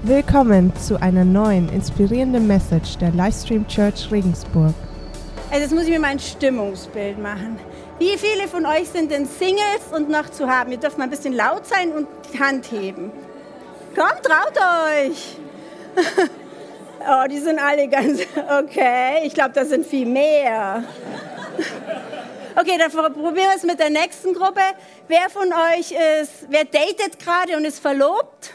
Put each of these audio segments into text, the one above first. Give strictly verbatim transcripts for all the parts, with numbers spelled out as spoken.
Willkommen zu einer neuen, inspirierenden Message der Livestream Church Regensburg. Also jetzt muss ich mir mal ein Stimmungsbild machen. Wie viele von euch sind denn Singles und noch zu haben? Ihr dürft mal ein bisschen laut sein und die Hand heben. Kommt, traut euch! Oh, die sind alle ganz... Okay, ich glaube, das sind viel mehr. Okay, dann probieren wir es mit der nächsten Gruppe. Wer von euch ist... Wer datet gerade und ist verlobt?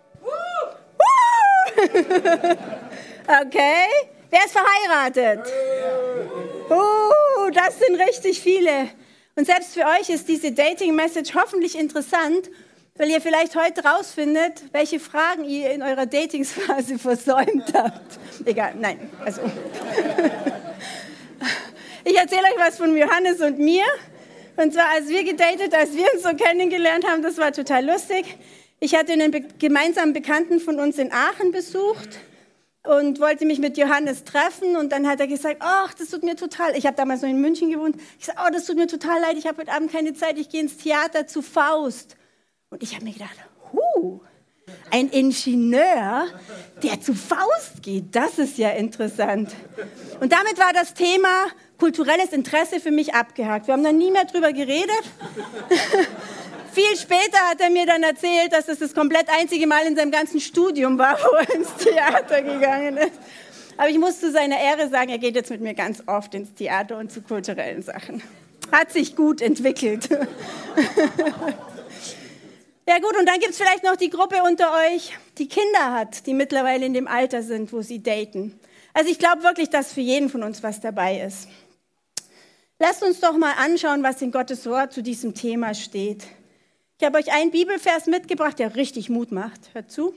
Okay. Wer ist verheiratet? Uh, das sind richtig viele. Und selbst für euch ist diese Dating-Message hoffentlich interessant, weil ihr vielleicht heute rausfindet, welche Fragen ihr in eurer Datingsphase versäumt habt. Egal, nein. Also. Ich erzähle euch was von Johannes und mir. Und zwar, als wir gedatet, als wir uns so kennengelernt haben, das war total lustig. Ich hatte einen be- gemeinsamen Bekannten von uns in Aachen besucht und wollte mich mit Johannes treffen. Und dann hat er gesagt, ach, das tut mir total... Ich habe damals noch in München gewohnt. Ich sage, oh, das tut mir total leid, ich habe heute Abend keine Zeit, ich gehe ins Theater zu Faust. Und ich habe mir gedacht, huh, ein Ingenieur, der zu Faust geht, das ist ja interessant. Und damit war das Thema kulturelles Interesse für mich abgehakt. Wir haben dann nie mehr drüber geredet. Viel später hat er mir dann erzählt, dass das das komplett einzige Mal in seinem ganzen Studium war, wo er ins Theater gegangen ist. Aber ich muss zu seiner Ehre sagen, er geht jetzt mit mir ganz oft ins Theater und zu kulturellen Sachen. Hat sich gut entwickelt. Ja gut, und dann gibt es vielleicht noch die Gruppe unter euch, die Kinder hat, die mittlerweile in dem Alter sind, wo sie daten. Also ich glaube wirklich, dass für jeden von uns was dabei ist. Lasst uns doch mal anschauen, was in Gottes Wort zu diesem Thema steht. Ich habe euch einen Bibelvers mitgebracht, der richtig Mut macht. Hört zu.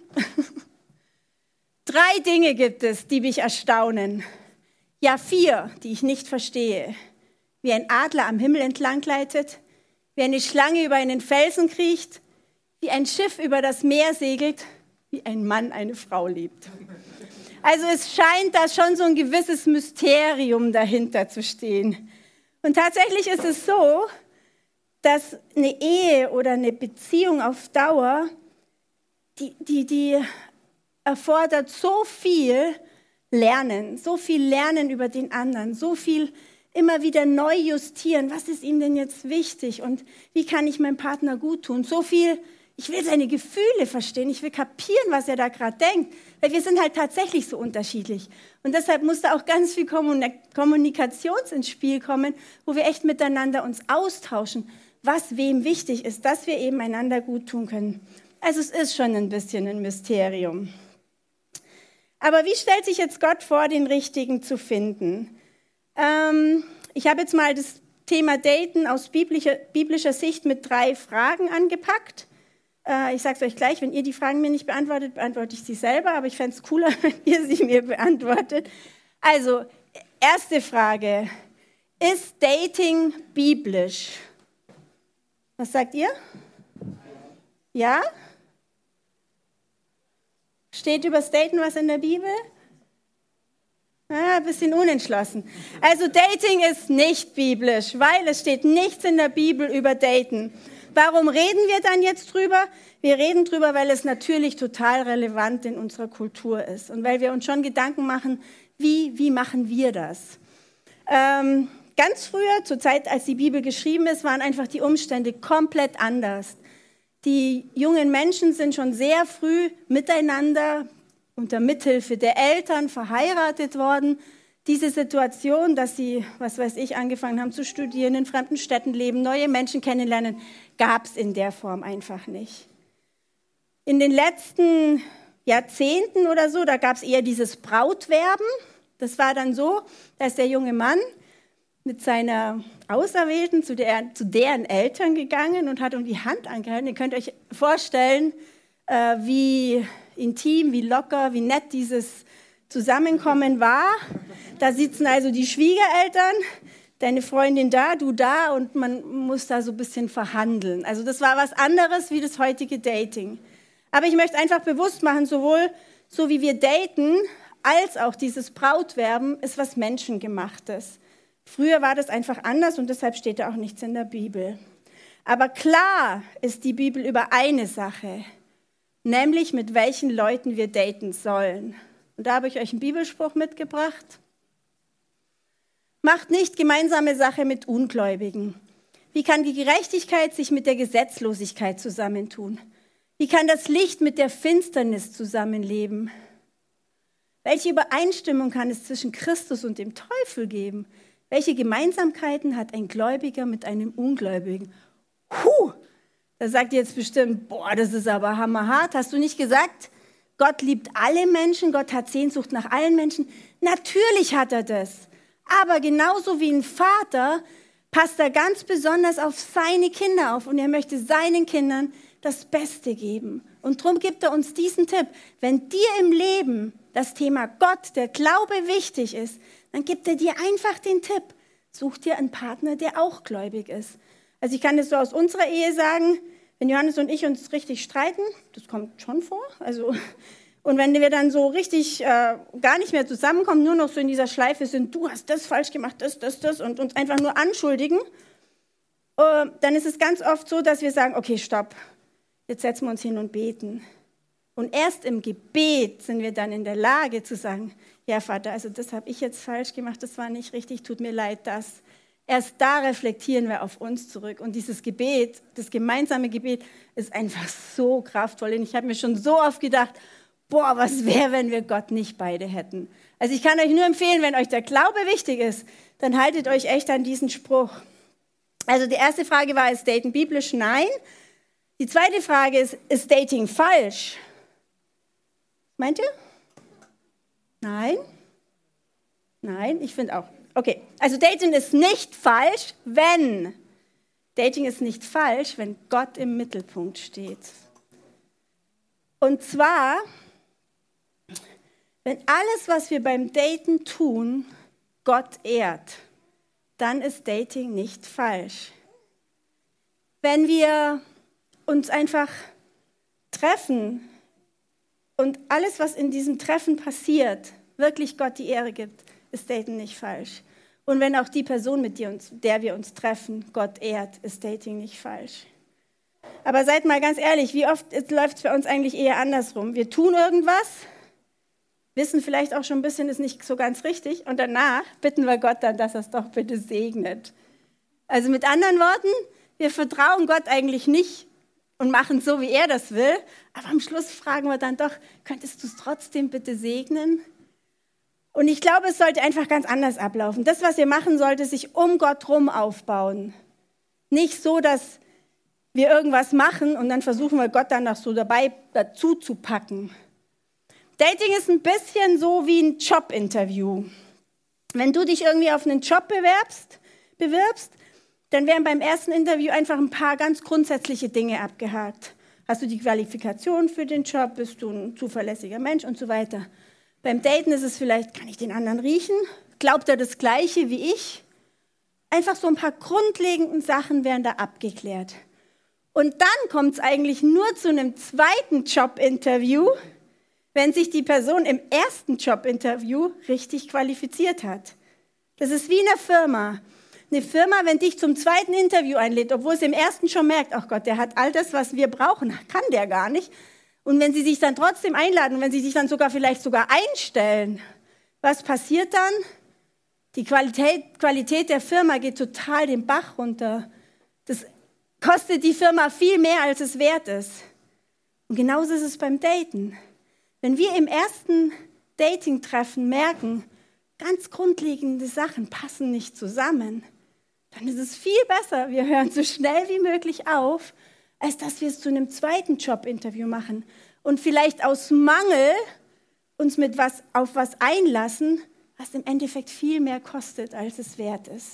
Drei Dinge gibt es, die mich erstaunen. Ja, vier, die ich nicht verstehe. Wie ein Adler am Himmel entlang gleitet, wie eine Schlange über einen Felsen kriecht, wie ein Schiff über das Meer segelt, wie ein Mann eine Frau liebt. Also es scheint da schon so ein gewisses Mysterium dahinter zu stehen. Und tatsächlich ist es so, dass eine Ehe oder eine Beziehung auf Dauer, die, die, die erfordert so viel Lernen, so viel Lernen über den anderen, so viel immer wieder neu justieren, was ist ihm denn jetzt wichtig und wie kann ich meinem Partner gut tun, so viel, ich will seine Gefühle verstehen, ich will kapieren, was er da gerade denkt, weil wir sind halt tatsächlich so unterschiedlich. Und deshalb muss da auch ganz viel Kommunikation ins Spiel kommen, wo wir echt miteinander uns austauschen, was wem wichtig ist, dass wir eben einander gut tun können. Also es ist schon ein bisschen ein Mysterium. Aber wie stellt sich jetzt Gott vor, den Richtigen zu finden? Ähm, ich habe jetzt mal das Thema Daten aus biblischer, biblischer Sicht mit drei Fragen angepackt. Äh, ich sage es euch gleich, wenn ihr die Fragen mir nicht beantwortet, beantworte ich sie selber, aber ich fände es cooler, wenn ihr sie mir beantwortet. Also, erste Frage. Ist Dating biblisch? Was sagt ihr? Ja? Steht übers Daten was in der Bibel? Ah, ein bisschen unentschlossen. Also Dating ist nicht biblisch, weil es steht nichts in der Bibel über Daten. Warum reden wir dann jetzt drüber? Wir reden drüber, weil es natürlich total relevant in unserer Kultur ist und weil wir uns schon Gedanken machen, wie, wie machen wir das? Ähm, Ganz früher, zur Zeit, als die Bibel geschrieben ist, waren einfach die Umstände komplett anders. Die jungen Menschen sind schon sehr früh miteinander unter Mithilfe der Eltern verheiratet worden. Diese Situation, dass sie, was weiß ich, angefangen haben zu studieren, in fremden Städten leben, neue Menschen kennenlernen, gab es in der Form einfach nicht. In den letzten Jahrzehnten oder so, da gab es eher dieses Brautwerben. Das war dann so, dass der junge Mann mit seiner Auserwählten zu, der, zu deren Eltern gegangen und hat um die Hand angehalten. Ihr könnt euch vorstellen, äh, wie intim, wie locker, wie nett dieses Zusammenkommen war. Da sitzen also die Schwiegereltern, deine Freundin da, du da und man muss da so ein bisschen verhandeln. Also das war was anderes wie das heutige Dating. Aber ich möchte einfach bewusst machen, sowohl so wie wir daten, als auch dieses Brautwerben ist was Menschengemachtes. Früher war das einfach anders und deshalb steht da auch nichts in der Bibel. Aber klar ist die Bibel über eine Sache. nämlich mit welchen Leuten wir daten sollen. Und da habe ich euch einen Bibelspruch mitgebracht. Macht nicht gemeinsame Sache mit Ungläubigen. Wie kann die Gerechtigkeit sich mit der Gesetzlosigkeit zusammentun? Wie kann das Licht mit der Finsternis zusammenleben? Welche Übereinstimmung kann es zwischen Christus und dem Teufel geben? Welche Gemeinsamkeiten hat ein Gläubiger mit einem Ungläubigen? Puh, da sagt ihr jetzt bestimmt, boah, das ist aber hammerhart. Hast du nicht gesagt, Gott liebt alle Menschen, Gott hat Sehnsucht nach allen Menschen? Natürlich hat er das. Aber genauso wie ein Vater passt er ganz besonders auf seine Kinder auf und er möchte seinen Kindern das Beste geben. Und darum gibt er uns diesen Tipp. Wenn dir im Leben das Thema Gott, der Glaube wichtig ist, dann gibt er dir einfach den Tipp. Such dir einen Partner, der auch gläubig ist. Also ich kann das so aus unserer Ehe sagen, wenn Johannes und ich uns richtig streiten, das kommt schon vor, also... Und wenn wir dann so richtig äh, gar nicht mehr zusammenkommen, nur noch so in dieser Schleife sind, du hast das falsch gemacht, das, das, das, und uns einfach nur anschuldigen, äh, dann ist es ganz oft so, dass wir sagen, okay, stopp, jetzt setzen wir uns hin und beten. Und erst im Gebet sind wir dann in der Lage zu sagen, ja Vater, also das habe ich jetzt falsch gemacht, das war nicht richtig, tut mir leid, das. Erst da reflektieren wir auf uns zurück. Und dieses Gebet, das gemeinsame Gebet, ist einfach so kraftvoll. Und ich habe mir schon so oft gedacht, boah, was wäre, wenn wir Gott nicht beide hätten? Also ich kann euch nur empfehlen, wenn euch der Glaube wichtig ist, dann haltet euch echt an diesen Spruch. Also die erste Frage war, ist Dating biblisch? Nein. Die zweite Frage ist, ist Dating falsch? Meint ihr? Nein? Nein, ich finde auch. Okay, also Dating ist nicht falsch, wenn. Dating ist nicht falsch, wenn Gott im Mittelpunkt steht. Und zwar... Wenn alles, was wir beim Daten tun, Gott ehrt, dann ist Dating nicht falsch. Wenn wir uns einfach treffen und alles, was in diesem Treffen passiert, wirklich Gott die Ehre gibt, ist Dating nicht falsch. Und wenn auch die Person, mit der, uns, der wir uns treffen, Gott ehrt, ist Dating nicht falsch. Aber seid mal ganz ehrlich, wie oft läuft es bei uns eigentlich eher andersrum? Wir tun irgendwas, wissen vielleicht auch schon ein bisschen, ist nicht so ganz richtig. Und danach bitten wir Gott dann, dass er es doch bitte segnet. Also mit anderen Worten, wir vertrauen Gott eigentlich nicht und machen so, wie er das will. Aber am Schluss fragen wir dann doch, könntest du es trotzdem bitte segnen? Und ich glaube, es sollte einfach ganz anders ablaufen. Das, was ihr machen sollte, sich um Gott rum aufbauen. Nicht so, dass wir irgendwas machen und dann versuchen wir Gott dann noch so dabei dazu zu packen. Dating ist ein bisschen so wie ein Jobinterview. Wenn du dich irgendwie auf einen Job bewerbst, bewirbst, dann werden beim ersten Interview einfach ein paar ganz grundsätzliche Dinge abgehakt. Hast du die Qualifikation für den Job? Bist du ein zuverlässiger Mensch und so weiter. Beim Daten ist es vielleicht, kann ich den anderen riechen? Glaubt er das Gleiche wie ich? Einfach so ein paar grundlegende Sachen werden da abgeklärt. Und dann kommt es eigentlich nur zu einem zweiten Jobinterview, wenn sich die Person im ersten Jobinterview richtig qualifiziert hat. Das ist wie in einer Firma. Eine Firma, wenn dich zum zweiten Interview einlädt, obwohl sie im ersten schon merkt, ach Gott, der hat all das, was wir brauchen, kann der gar nicht. Und wenn sie sich dann trotzdem einladen und wenn sie sich dann sogar vielleicht sogar einstellen, was passiert dann? Die Qualität, Qualität der Firma geht total den Bach runter. Das kostet die Firma viel mehr, als es wert ist. Und genauso ist es beim Daten. Wenn wir im ersten Dating-Treffen merken, ganz grundlegende Sachen passen nicht zusammen, dann ist es viel besser, wir hören so schnell wie möglich auf, als dass wir es zu einem zweiten Jobinterview machen und vielleicht aus Mangel uns mit was auf was einlassen, was im Endeffekt viel mehr kostet, als es wert ist.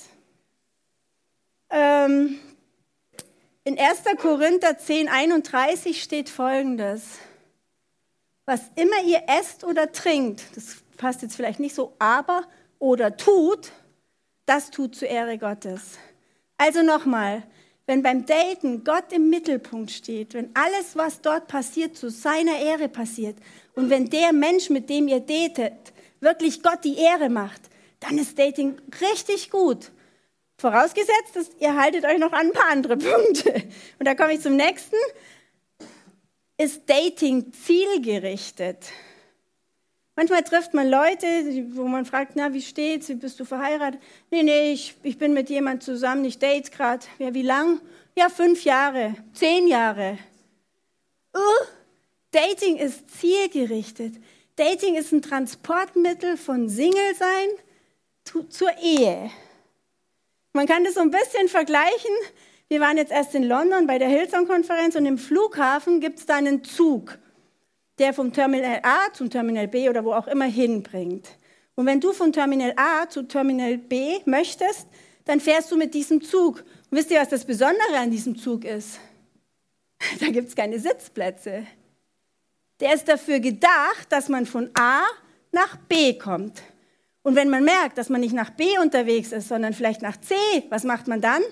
Ähm, in erster Korinther zehn einunddreißig steht Folgendes. Was immer ihr esst oder trinkt, das passt jetzt vielleicht nicht so, aber oder tut, das tut zur Ehre Gottes. Also nochmal, wenn beim Daten Gott im Mittelpunkt steht, wenn alles, was dort passiert, zu seiner Ehre passiert und wenn der Mensch, mit dem ihr datet, wirklich Gott die Ehre macht, dann ist Dating richtig gut. Vorausgesetzt, dass ihr haltet euch noch an ein paar andere Punkte. Und da komme ich zum nächsten. ist Dating zielgerichtet? Manchmal trifft man Leute, wo man fragt, na, wie steht's, wie bist du verheiratet? Nee, nee, ich, ich bin mit jemandem zusammen, ich date gerade. Ja, wie lang? Ja, fünf Jahre, zehn Jahre. Uh, Dating ist zielgerichtet. Dating ist ein Transportmittel von Single-Sein zu, zur Ehe. Man kann das so ein bisschen vergleichen. Wir waren jetzt erst in London bei der Hillsong-Konferenz und im Flughafen gibt es da einen Zug, der vom Terminal A zum Terminal B oder wo auch immer hinbringt. Und wenn du von Terminal A zu Terminal B möchtest, dann fährst du mit diesem Zug. Und wisst ihr, was das Besondere an diesem Zug ist? Da gibt es keine Sitzplätze. Der ist dafür gedacht, dass man von A nach B kommt. Und wenn man merkt, dass man nicht nach B unterwegs ist, sondern vielleicht nach C, was macht man dann?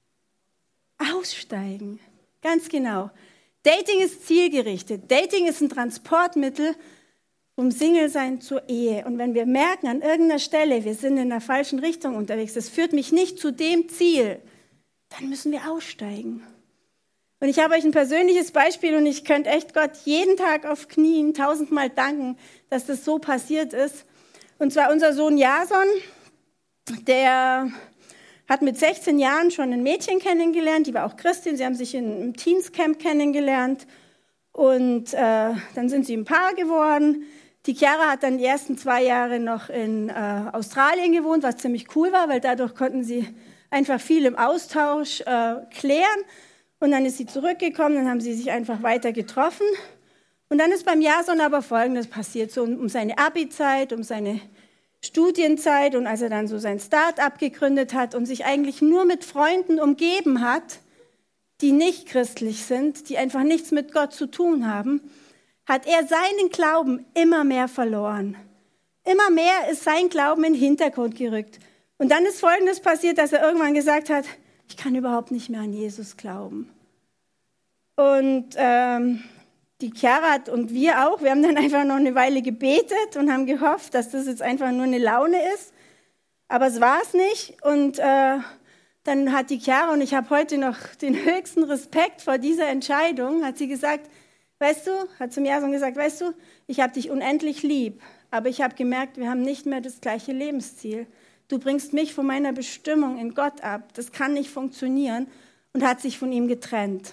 Aussteigen. Ganz genau. Dating ist zielgerichtet. Dating ist ein Transportmittel vom Single-Sein zur Ehe. Und wenn wir merken an irgendeiner Stelle, wir sind in der falschen Richtung unterwegs, das führt mich nicht zu dem Ziel, dann müssen wir aussteigen. Und ich habe euch ein persönliches Beispiel und ich könnte echt Gott jeden Tag auf Knien tausendmal danken, dass das so passiert ist. Und zwar unser Sohn Jason, der hat mit sechzehn Jahren schon ein Mädchen kennengelernt, die war auch Christin, sie haben sich in einem Teenscamp kennengelernt und äh, dann sind sie ein Paar geworden. Die Chiara hat dann die ersten zwei Jahre noch in äh, Australien gewohnt, was ziemlich cool war, weil dadurch konnten sie einfach viel im Austausch äh, klären. Und dann ist sie zurückgekommen, dann haben sie sich einfach weiter getroffen. Und dann ist beim Jason aber Folgendes passiert, so um seine Abi-Zeit, um seine Studienzeit und als er dann so sein Start-up gegründet hat und sich eigentlich nur mit Freunden umgeben hat, die nicht christlich sind, die einfach nichts mit Gott zu tun haben, hat er seinen Glauben immer mehr verloren. Immer mehr ist sein Glauben in den Hintergrund gerückt. Und dann ist Folgendes passiert, dass er irgendwann gesagt hat, ich kann überhaupt nicht mehr an Jesus glauben. Und ähm, die Chiara hat und wir auch, wir haben dann einfach noch eine Weile gebetet und haben gehofft, dass das jetzt einfach nur eine Laune ist. Aber es war es nicht. Und äh, dann hat die Chiara, und ich habe heute noch den höchsten Respekt vor dieser Entscheidung, hat sie gesagt, weißt du, hat zum Jason gesagt, weißt du, ich habe dich unendlich lieb, aber ich habe gemerkt, wir haben nicht mehr das gleiche Lebensziel. Du bringst mich von meiner Bestimmung in Gott ab. Das kann nicht funktionieren. Und hat sich von ihm getrennt.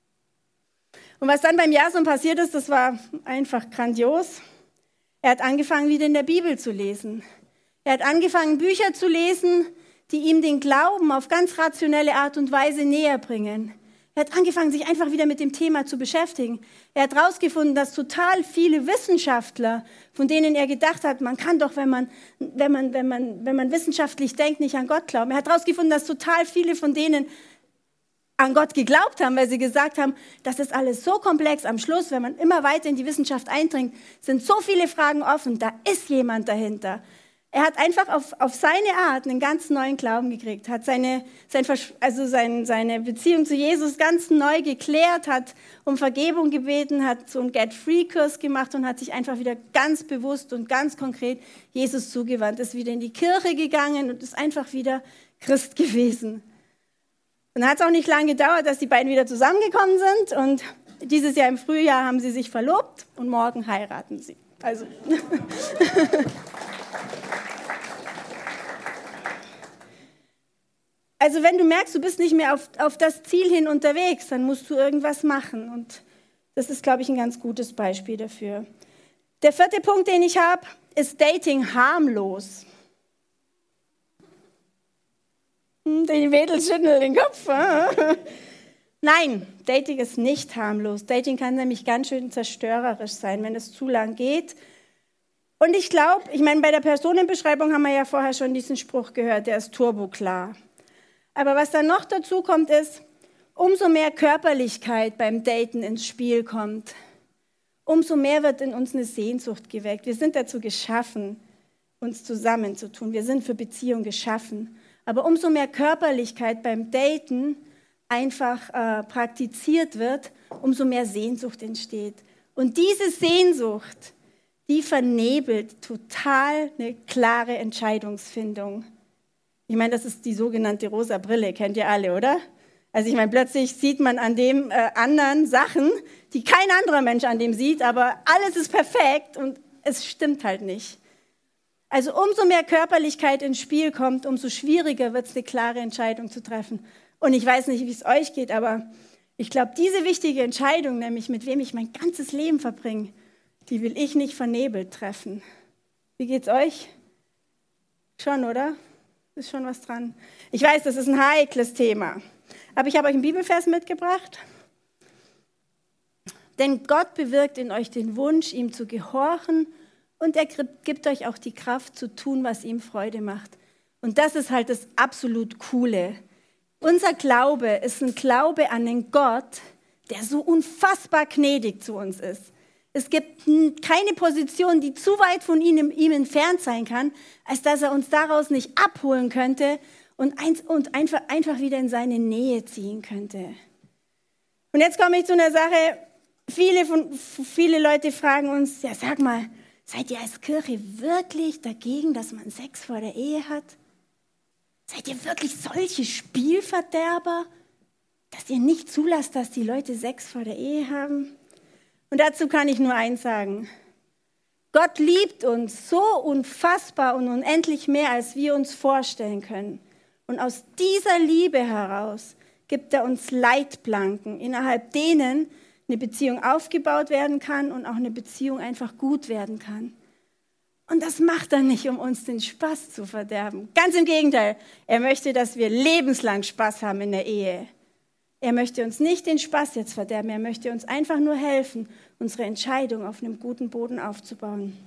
Und was dann beim Jason passiert ist, das war einfach grandios. Er hat angefangen, wieder in der Bibel zu lesen. Er hat angefangen, Bücher zu lesen, die ihm den Glauben auf ganz rationelle Art und Weise näher bringen. Er hat angefangen, sich einfach wieder mit dem Thema zu beschäftigen. Er hat herausgefunden, dass total viele Wissenschaftler, von denen er gedacht hat, man kann doch, wenn man, wenn man, wenn man, wenn man wissenschaftlich denkt, nicht an Gott glauben. Er hat herausgefunden, dass total viele von denen an Gott geglaubt haben, weil sie gesagt haben, das ist alles so komplex. Am Schluss, wenn man immer weiter in die Wissenschaft eindringt, sind so viele Fragen offen, da ist jemand dahinter. Er hat einfach auf, auf seine Art einen ganz neuen Glauben gekriegt, hat seine, sein, also sein, seine Beziehung zu Jesus ganz neu geklärt, hat um Vergebung gebeten, hat so einen Get-Free-Kurs gemacht und hat sich einfach wieder ganz bewusst und ganz konkret Jesus zugewandt, ist wieder in die Kirche gegangen und ist einfach wieder Christ gewesen. Und dann hat es auch nicht lange gedauert, dass die beiden wieder zusammengekommen sind und dieses Jahr im Frühjahr haben sie sich verlobt und morgen heiraten sie. Also Also wenn du merkst, du bist nicht mehr auf, auf das Ziel hin unterwegs, dann musst du irgendwas machen. Und das ist, glaube ich, ein ganz gutes Beispiel dafür. Der vierte Punkt, den ich habe, ist Dating harmlos. Hm, die Mädels schütteln den Kopf. Nein, Dating ist nicht harmlos. Dating kann nämlich ganz schön zerstörerisch sein, wenn es zu lang geht. Und ich glaube, ich meine, bei der Personenbeschreibung haben wir ja vorher schon diesen Spruch gehört, der ist turboklar. Aber was dann noch dazu kommt, ist, umso mehr Körperlichkeit beim Daten ins Spiel kommt, umso mehr wird in uns eine Sehnsucht geweckt. Wir sind dazu geschaffen, uns zusammenzutun. Wir sind für Beziehung geschaffen. Aber umso mehr Körperlichkeit beim Daten einfach äh, praktiziert wird, umso mehr Sehnsucht entsteht. Und diese Sehnsucht, die vernebelt total eine klare Entscheidungsfindung. Ich meine, das ist die sogenannte rosa Brille, kennt ihr alle, oder? Also ich meine, plötzlich sieht man an dem äh, anderen Sachen, die kein anderer Mensch an dem sieht, aber alles ist perfekt und es stimmt halt nicht. Also umso mehr Körperlichkeit ins Spiel kommt, umso schwieriger wird es, eine klare Entscheidung zu treffen. Und ich weiß nicht, wie es euch geht, aber ich glaube, diese wichtige Entscheidung, nämlich mit wem ich mein ganzes Leben verbringe, die will ich nicht vernebelt treffen. Wie geht's euch? Schon, oder? Ist schon was dran. Ich weiß, das ist ein heikles Thema. Aber ich habe euch einen Bibelvers mitgebracht. Denn Gott bewirkt in euch den Wunsch, ihm zu gehorchen, und er gibt euch auch die Kraft zu tun, was ihm Freude macht. Und das ist halt das absolut Coole. Unser Glaube ist ein Glaube an den Gott, der so unfassbar gnädig zu uns ist. Es gibt keine Position, die zu weit von ihm, ihm entfernt sein kann, als dass er uns daraus nicht abholen könnte und, eins, und einfach, einfach wieder in seine Nähe ziehen könnte. Und jetzt komme ich zu einer Sache, viele, von, viele Leute fragen uns, ja sag mal, seid ihr als Kirche wirklich dagegen, dass man Sex vor der Ehe hat? Seid ihr wirklich solche Spielverderber, dass ihr nicht zulasst, dass die Leute Sex vor der Ehe haben? Und dazu kann ich nur eins sagen. Gott liebt uns so unfassbar und unendlich mehr, als wir uns vorstellen können. Und aus dieser Liebe heraus gibt er uns Leitplanken, innerhalb denen eine Beziehung aufgebaut werden kann und auch eine Beziehung einfach gut werden kann. Und das macht er nicht, um uns den Spaß zu verderben. Ganz im Gegenteil, er möchte, dass wir lebenslang Spaß haben in der Ehe. Er möchte uns nicht den Spaß jetzt verderben, er möchte uns einfach nur helfen, unsere Entscheidung auf einem guten Boden aufzubauen.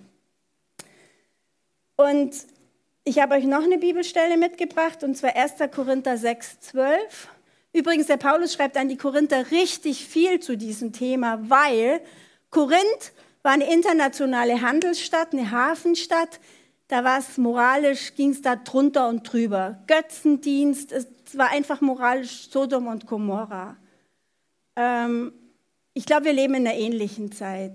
Und ich habe euch noch eine Bibelstelle mitgebracht, und zwar erster Korinther sechs, zwölf. Übrigens, der Paulus schreibt an die Korinther richtig viel zu diesem Thema, weil Korinth war eine internationale Handelsstadt, eine Hafenstadt. Da war es moralisch, ging es da drunter und drüber. Götzendienst, es war einfach moralisch Sodom und Gomorra. Ähm, ich glaube, wir leben in einer ähnlichen Zeit.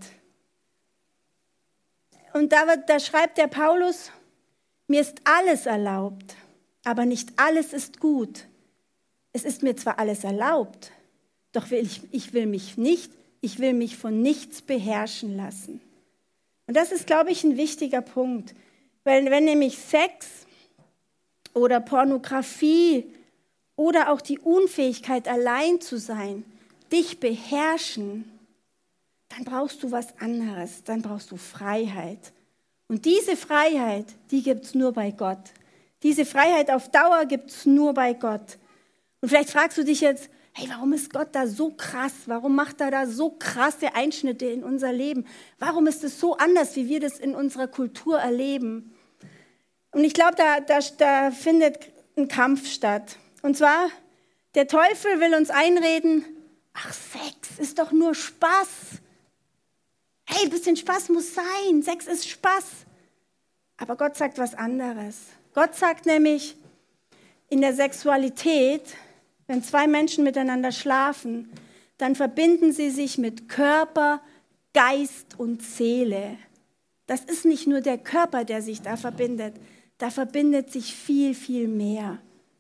Und da, wird, da schreibt der Paulus, mir ist alles erlaubt, aber nicht alles ist gut. Es ist mir zwar alles erlaubt, doch will ich, ich will mich nicht, ich will mich von nichts beherrschen lassen. Und das ist, glaube ich, ein wichtiger Punkt. Weil wenn nämlich Sex oder Pornografie oder auch die Unfähigkeit, allein zu sein, dich beherrschen, dann brauchst du was anderes, dann brauchst du Freiheit. Und diese Freiheit, die gibt es nur bei Gott. Diese Freiheit auf Dauer gibt es nur bei Gott. Und vielleicht fragst du dich jetzt, hey, warum ist Gott da so krass? Warum macht er da so krasse Einschnitte in unser Leben? Warum ist es so anders, wie wir das in unserer Kultur erleben? Und ich glaube, da, da, da findet ein Kampf statt. Und zwar, der Teufel will uns einreden, ach, Sex ist doch nur Spaß. Hey, ein bisschen Spaß muss sein. Sex ist Spaß. Aber Gott sagt was anderes. Gott sagt nämlich, in der Sexualität, wenn zwei Menschen miteinander schlafen, dann verbinden sie sich mit Körper, Geist und Seele. Das ist nicht nur der Körper, der sich da verbindet. Da verbindet sich viel, viel mehr.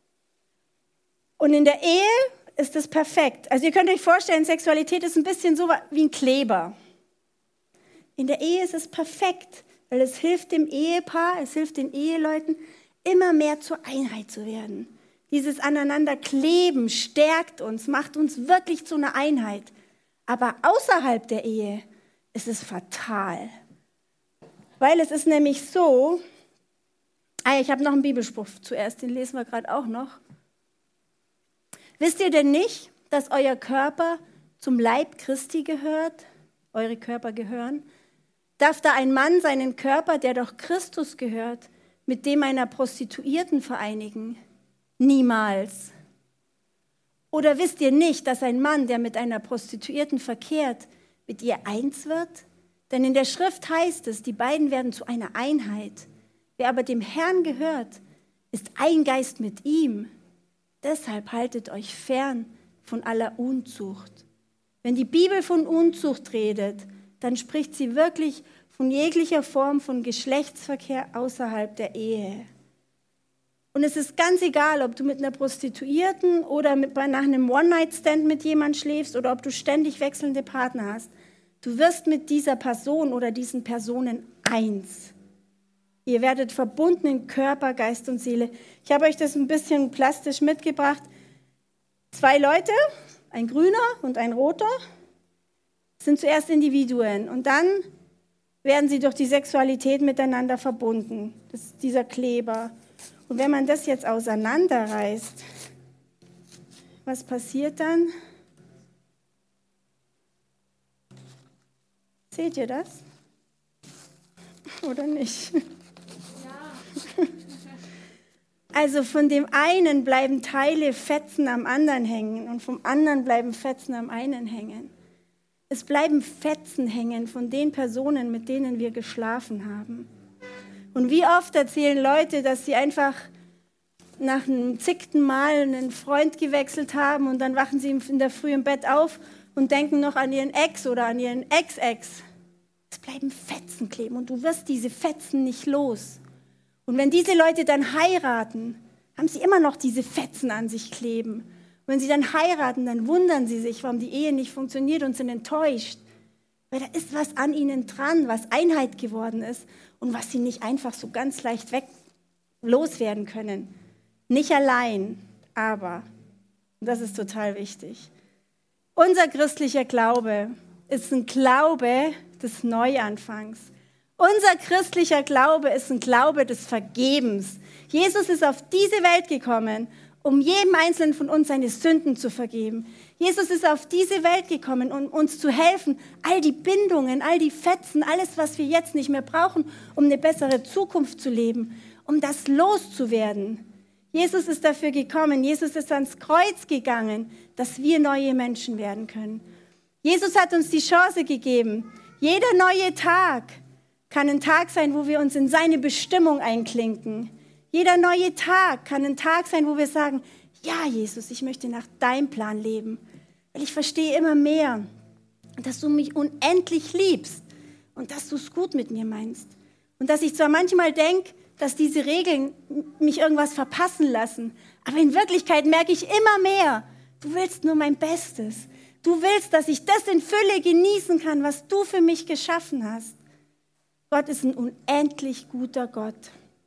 Und in der Ehe ist es perfekt. Also ihr könnt euch vorstellen, Sexualität ist ein bisschen so wie ein Kleber. In der Ehe ist es perfekt, weil es hilft dem Ehepaar, es hilft den Eheleuten, immer mehr zur Einheit zu werden. Dieses Aneinanderkleben stärkt uns, macht uns wirklich zu einer Einheit. Aber außerhalb der Ehe ist es fatal. Weil es ist nämlich so, ah, ich habe noch einen Bibelspruch zuerst, den lesen wir gerade auch noch. Wisst ihr denn nicht, dass euer Körper zum Leib Christi gehört? Eure Körper gehören? Darf da ein Mann seinen Körper, der doch Christus gehört, mit dem einer Prostituierten vereinigen? Niemals. Oder wisst ihr nicht, dass ein Mann, der mit einer Prostituierten verkehrt, mit ihr eins wird? Denn in der Schrift heißt es, die beiden werden zu einer Einheit. Wer aber dem Herrn gehört, ist ein Geist mit ihm. Deshalb haltet euch fern von aller Unzucht. Wenn die Bibel von Unzucht redet, dann spricht sie wirklich von jeglicher Form von Geschlechtsverkehr außerhalb der Ehe. Und es ist ganz egal, ob du mit einer Prostituierten oder mit, nach einem One-Night-Stand mit jemandem schläfst oder ob du ständig wechselnde Partner hast. Du wirst mit dieser Person oder diesen Personen eins. Ihr werdet verbunden in Körper, Geist und Seele. Ich habe euch das ein bisschen plastisch mitgebracht. Zwei Leute, ein grüner und ein roter, sind zuerst Individuen und dann werden sie durch die Sexualität miteinander verbunden. Das ist dieser Kleber. Und wenn man das jetzt auseinanderreißt, was passiert dann? Seht ihr das? Oder nicht? Ja. Also von dem einen bleiben Teile, Fetzen am anderen hängen und vom anderen bleiben Fetzen am einen hängen. Es bleiben Fetzen hängen von den Personen, mit denen wir geschlafen haben. Und wie oft erzählen Leute, dass sie einfach nach einem zigten Mal einen Freund gewechselt haben und dann wachen sie in der Früh im Bett auf und denken noch an ihren Ex oder an ihren Ex-Ex. Es bleiben Fetzen kleben und du wirst diese Fetzen nicht los. Und wenn diese Leute dann heiraten, haben sie immer noch diese Fetzen an sich kleben. Und wenn sie dann heiraten, dann wundern sie sich, warum die Ehe nicht funktioniert und sind enttäuscht. Weil da ist was an ihnen dran, was Einheit geworden ist und was sie nicht einfach so ganz leicht weg loswerden können. Nicht allein, aber, und das ist total wichtig, unser christlicher Glaube ist ein Glaube des Neuanfangs. Unser christlicher Glaube ist ein Glaube des Vergebens. Jesus ist auf diese Welt gekommen, um jedem Einzelnen von uns seine Sünden zu vergeben. Jesus ist auf diese Welt gekommen, um uns zu helfen, all die Bindungen, all die Fetzen, alles, was wir jetzt nicht mehr brauchen, um eine bessere Zukunft zu leben, um das loszuwerden. Jesus ist dafür gekommen, Jesus ist ans Kreuz gegangen, dass wir neue Menschen werden können. Jesus hat uns die Chance gegeben. Jeder neue Tag kann ein Tag sein, wo wir uns in seine Bestimmung einklinken. Jeder neue Tag kann ein Tag sein, wo wir sagen, ja, Jesus, ich möchte nach deinem Plan leben. Weil ich verstehe immer mehr, dass du mich unendlich liebst und dass du es gut mit mir meinst. Und dass ich zwar manchmal denke, dass diese Regeln mich irgendwas verpassen lassen, aber in Wirklichkeit merke ich immer mehr, du willst nur mein Bestes. Du willst, dass ich das in Fülle genießen kann, was du für mich geschaffen hast. Gott ist ein unendlich guter Gott.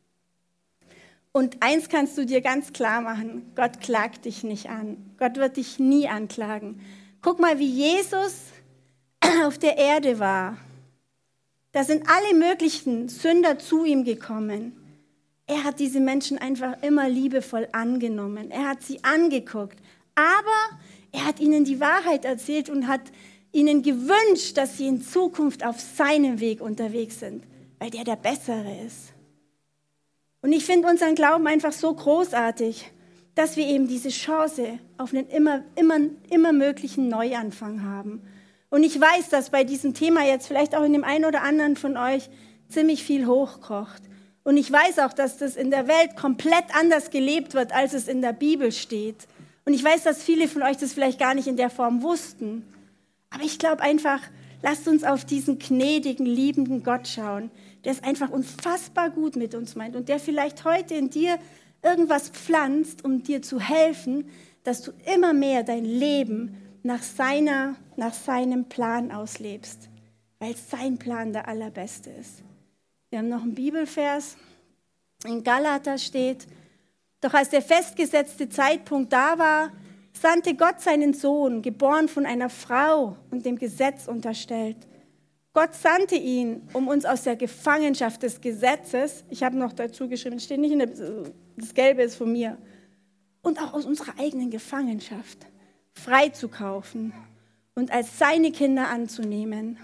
Und eins kannst du dir ganz klar machen, Gott klagt dich nicht an. Gott wird dich nie anklagen. Guck mal, wie Jesus auf der Erde war. Da sind alle möglichen Sünder zu ihm gekommen. Er hat diese Menschen einfach immer liebevoll angenommen. Er hat sie angeguckt. Aber er hat ihnen die Wahrheit erzählt und hat ihnen gewünscht, dass sie in Zukunft auf seinem Weg unterwegs sind, weil der der Bessere ist. Und ich finde unseren Glauben einfach so großartig, dass wir eben diese Chance auf einen immer, immer, immer möglichen Neuanfang haben. Und ich weiß, dass bei diesem Thema jetzt vielleicht auch in dem einen oder anderen von euch ziemlich viel hochkocht. Und ich weiß auch, dass das in der Welt komplett anders gelebt wird, als es in der Bibel steht. Und ich weiß, dass viele von euch das vielleicht gar nicht in der Form wussten. Aber ich glaube einfach, lasst uns auf diesen gnädigen, liebenden Gott schauen, der es einfach unfassbar gut mit uns meint und der vielleicht heute in dir irgendwas pflanzt, um dir zu helfen, dass du immer mehr dein Leben nach, seiner, nach seinem Plan auslebst, weil sein Plan der allerbeste ist. Wir haben noch einen Bibelvers, in Galater steht, doch als der festgesetzte Zeitpunkt da war, sandte Gott seinen Sohn, geboren von einer Frau und dem Gesetz unterstellt. Gott sandte ihn, um uns aus der Gefangenschaft des Gesetzes, ich habe noch dazu geschrieben, steht nicht in der, das Gelbe ist von mir, und auch aus unserer eigenen Gefangenschaft freizukaufen und als seine Kinder anzunehmen.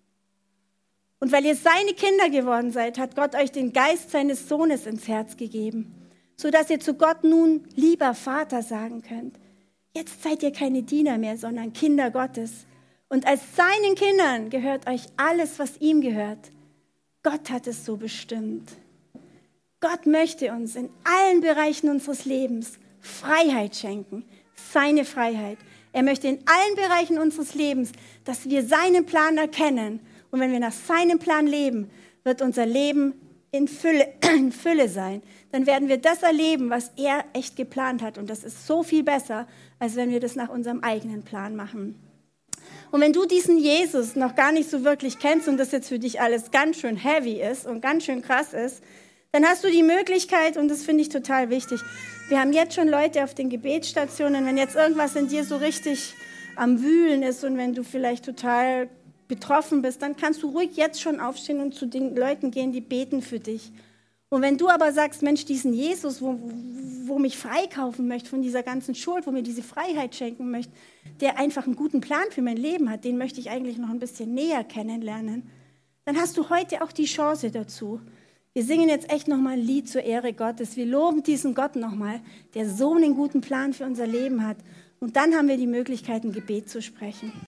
Und weil ihr seine Kinder geworden seid, hat Gott euch den Geist seines Sohnes ins Herz gegeben, sodass ihr zu Gott nun lieber Vater sagen könnt. Jetzt seid ihr keine Diener mehr, sondern Kinder Gottes. Und als seinen Kindern gehört euch alles, was ihm gehört. Gott hat es so bestimmt. Gott möchte uns in allen Bereichen unseres Lebens Freiheit schenken, seine Freiheit. Er möchte in allen Bereichen unseres Lebens, dass wir seinen Plan erkennen. Und wenn wir nach seinem Plan leben, wird unser Leben in Fülle, in Fülle sein. Dann werden wir das erleben, was er echt geplant hat. Und das ist so viel besser, als wenn wir das nach unserem eigenen Plan machen. Und wenn du diesen Jesus noch gar nicht so wirklich kennst und das jetzt für dich alles ganz schön heavy ist und ganz schön krass ist, dann hast du die Möglichkeit, und das finde ich total wichtig, wir haben jetzt schon Leute auf den Gebetsstationen, wenn jetzt irgendwas in dir so richtig am Wühlen ist und wenn du vielleicht total betroffen bist, dann kannst du ruhig jetzt schon aufstehen und zu den Leuten gehen, die beten für dich. Und wenn du aber sagst, Mensch, diesen Jesus, wo, wo mich freikaufen möchte von dieser ganzen Schuld, wo mir diese Freiheit schenken möchte, der einfach einen guten Plan für mein Leben hat, den möchte ich eigentlich noch ein bisschen näher kennenlernen, dann hast du heute auch die Chance dazu. Wir singen jetzt echt nochmal ein Lied zur Ehre Gottes. Wir loben diesen Gott nochmal, der so einen guten Plan für unser Leben hat. Und dann haben wir die Möglichkeit, ein Gebet zu sprechen.